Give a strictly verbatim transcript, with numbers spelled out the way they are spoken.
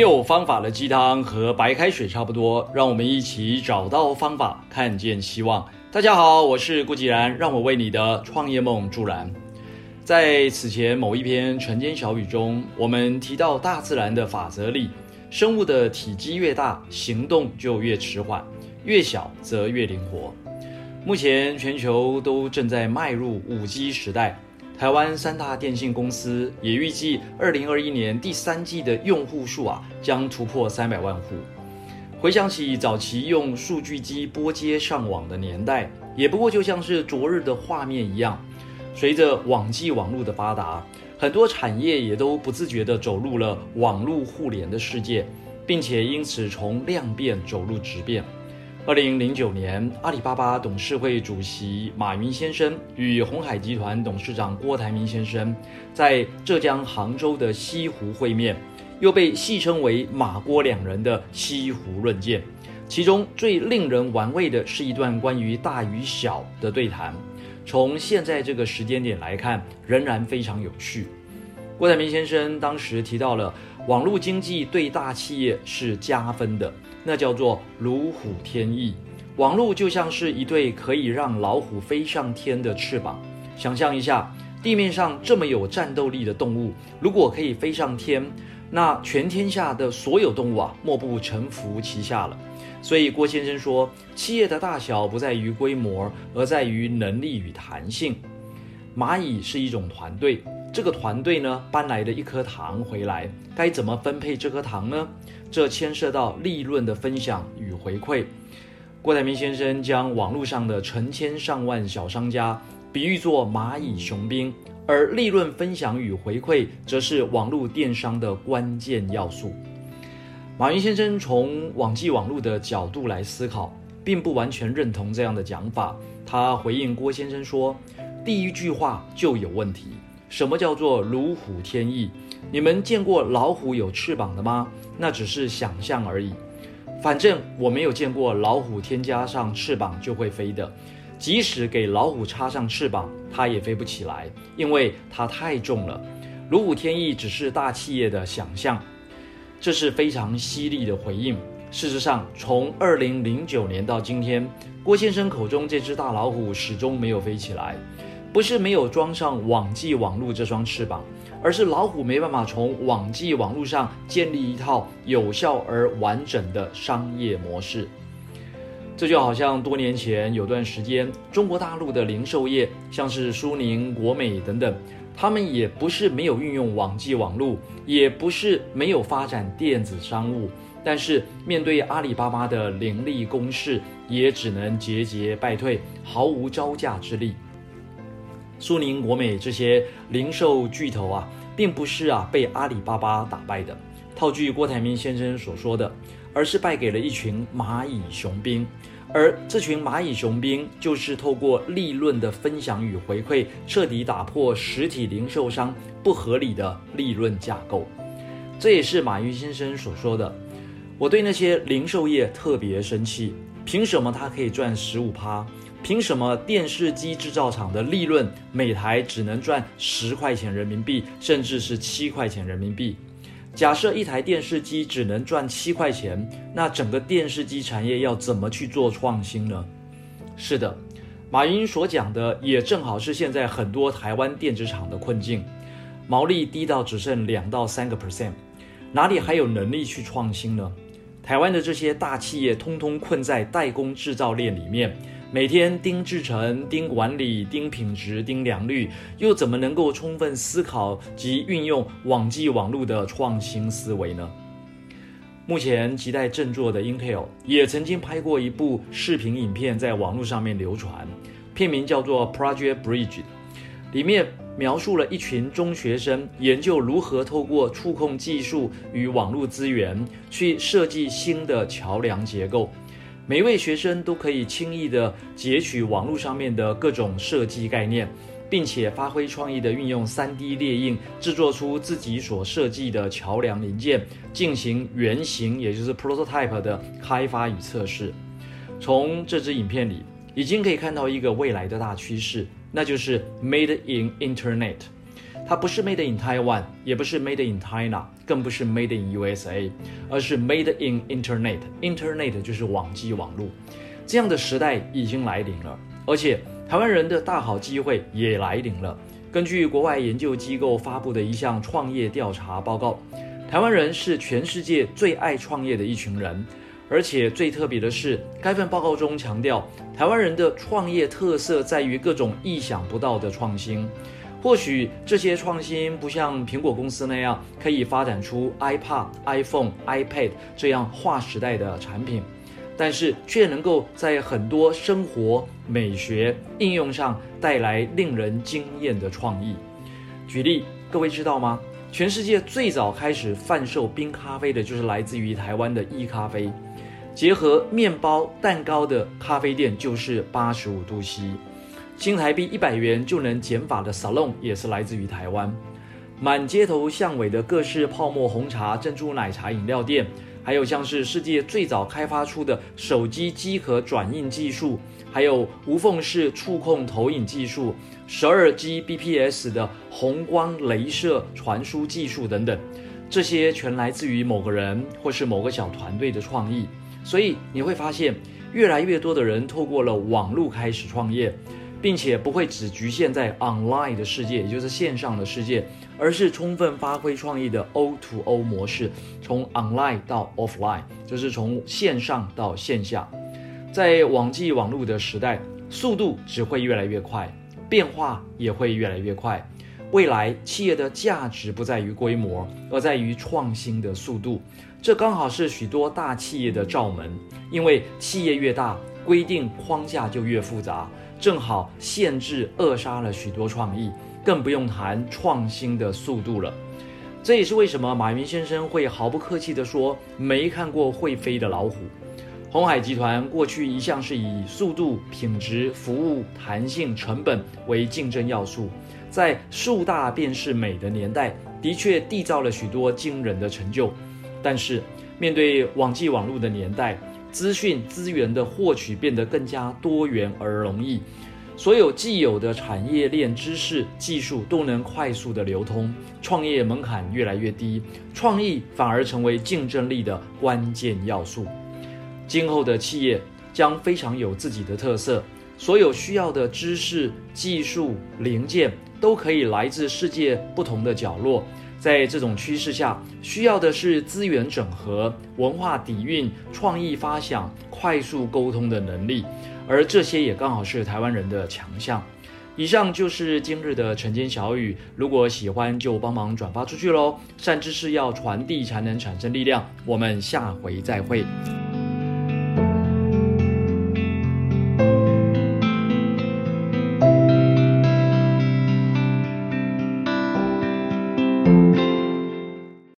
有方法的鸡汤和白开水差不多，让我们一起找到方法，看见希望。大家好，我是顾吉然，让我为你的创业梦助燃。在此前某一篇晨间小语中，我们提到大自然的法则力，生物的体积越大，行动就越迟缓，越小则越灵活。目前全球都正在迈入 五 G 时代，台湾三大电信公司也预计二零二一年第三季的用户数啊将突破三百万户。回想起早期用数据机拨接上网的年代，也不过就像是昨日的画面一样。随着网际网络的发达，很多产业也都不自觉地走入了网络互联的世界，并且因此从量变走入质变。二零零九年，阿里巴巴董事会主席马云先生与鸿海集团董事长郭台铭先生在浙江杭州的西湖会面，又被戏称为马郭两人的西湖论剑。其中最令人玩味的是一段关于大与小的对谈，从现在这个时间点来看，仍然非常有趣。郭台铭先生当时提到了网络经济对大企业是加分的，那叫做如虎添翼。网络就像是一对可以让老虎飞上天的翅膀。想象一下，地面上这么有战斗力的动物，如果可以飞上天，那全天下的所有动物啊，莫不臣服其下了。所以郭先生说，企业的大小不在于规模，而在于能力与弹性。蚂蚁是一种团队，这个团队呢搬来了一颗糖回来，该怎么分配这颗糖呢？这牵涉到利润的分享与回馈。郭台铭先生将网络上的成千上万小商家比喻作蚂蚁雄兵，而利润分享与回馈则是网络电商的关键要素。马云先生从网际网络的角度来思考，并不完全认同这样的讲法。他回应郭先生说，第一句话就有问题。什么叫做如虎添翼？你们见过老虎有翅膀的吗？那只是想象而已。反正我没有见过老虎添加上翅膀就会飞的，即使给老虎插上翅膀，它也飞不起来，因为它太重了。如虎添翼只是大企业的想象。这是非常犀利的回应。事实上，从二零零九年到今天，郭先生口中这只大老虎始终没有飞起来。不是没有装上网际网络这双翅膀，而是老虎没办法从网际网络上建立一套有效而完整的商业模式。这就好像多年前有段时间，中国大陆的零售业，像是苏宁、国美等等，他们也不是没有运用网际网络，也不是没有发展电子商务，但是面对阿里巴巴的凌厉攻势，也只能节节败退，毫无招架之力。苏宁、国美这些零售巨头啊，并不是啊被阿里巴巴打败的，套句郭台铭先生所说的，而是败给了一群蚂蚁雄兵。而这群蚂蚁雄兵就是透过利润的分享与回馈，彻底打破实体零售商不合理的利润架构。这也是马云先生所说的，我对那些零售业特别生气，凭什么他可以赚 百分之十五？ 凭什么电视机制造厂的利润每台只能赚十块钱人民币，甚至是七块钱人民币？假设一台电视机只能赚七块钱，那整个电视机产业要怎么去做创新呢？是的，马云所讲的也正好是现在很多台湾电子厂的困境，毛利低到只剩两到三个 percent， 哪里还有能力去创新呢？台湾的这些大企业通通困在代工制造链里面，每天盯制程、盯管理、盯品质、盯良率，又怎么能够充分思考及运用网际网络的创新思维呢？目前亟待振作的 Intel 也曾经拍过一部视频影片在网络上面流传，片名叫做 Project Bridge， 里面描述了一群中学生研究如何透过触控技术与网络资源去设计新的桥梁结构。每一位学生都可以轻易地截取网络上面的各种设计概念，并且发挥创意地运用 三 D 列印制作出自己所设计的桥梁零件，进行原型也就是 prototype 的开发与测试。从这支影片里已经可以看到一个未来的大趋势，那就是 Made in Internet。 它不是 Made in Taiwan， 也不是 Made in China， 更不是 Made in U S A， 而是 Made in Internet。 Internet 就是网际网络。这样的时代已经来临了，而且台湾人的大好机会也来临了。根据国外研究机构发布的一项创业调查报告，台湾人是全世界最爱创业的一群人。而且最特别的是，该份报告中强调，台湾人的创业特色在于各种意想不到的创新。或许这些创新不像苹果公司那样可以发展出 iPad、iPhone、iPad 这样划时代的产品，但是却能够在很多生活、美学应用上带来令人惊艳的创意。举例，各位知道吗？全世界最早开始贩售冰咖啡的就是来自于台湾的E咖啡。结合面包、蛋糕的咖啡店就是八十五度 C， 新台币一百元就能剪发的 salon 也是来自于台湾。满街头巷尾的各式泡沫红茶、珍珠奶茶饮料店，还有像是世界最早开发出的手机机壳转印技术，还有无缝式触控投影技术、十二 G B P S 的红光雷射传输技术等等，这些全来自于某个人或是某个小团队的创意。所以你会发现，越来越多的人透过了网络开始创业，并且不会只局限在 online 的世界，也就是线上的世界，而是充分发挥创意的 O to O 模式，从 online 到 offline， 就是从线上到线下。在网际网络的时代，速度只会越来越快，变化也会越来越快。未来企业的价值不在于规模，而在于创新的速度。这刚好是许多大企业的罩门，因为企业越大，规定框架就越复杂，正好限制扼杀了许多创意，更不用谈创新的速度了。这也是为什么马云先生会毫不客气地说，没看过会飞的老虎。鸿海集团过去一向是以速度、品质、服务、弹性、成本为竞争要素，在数大便是美的年代，的确缔造了许多惊人的成就。但是面对网际网络的年代，资讯资源的获取变得更加多元而容易，所有既有的产业链知识、技术都能快速的流通，创业门槛越来越低，创意反而成为竞争力的关键要素。今后的企业将非常有自己的特色，所有需要的知识、技术、零件都可以来自世界不同的角落。在这种趋势下，需要的是资源整合、文化底蕴、创意发想、快速沟通的能力，而这些也刚好是台湾人的强项。以上就是今日的晨间小语，如果喜欢就帮忙转发出去咯。善知识要传递才能产生力量，我们下回再会。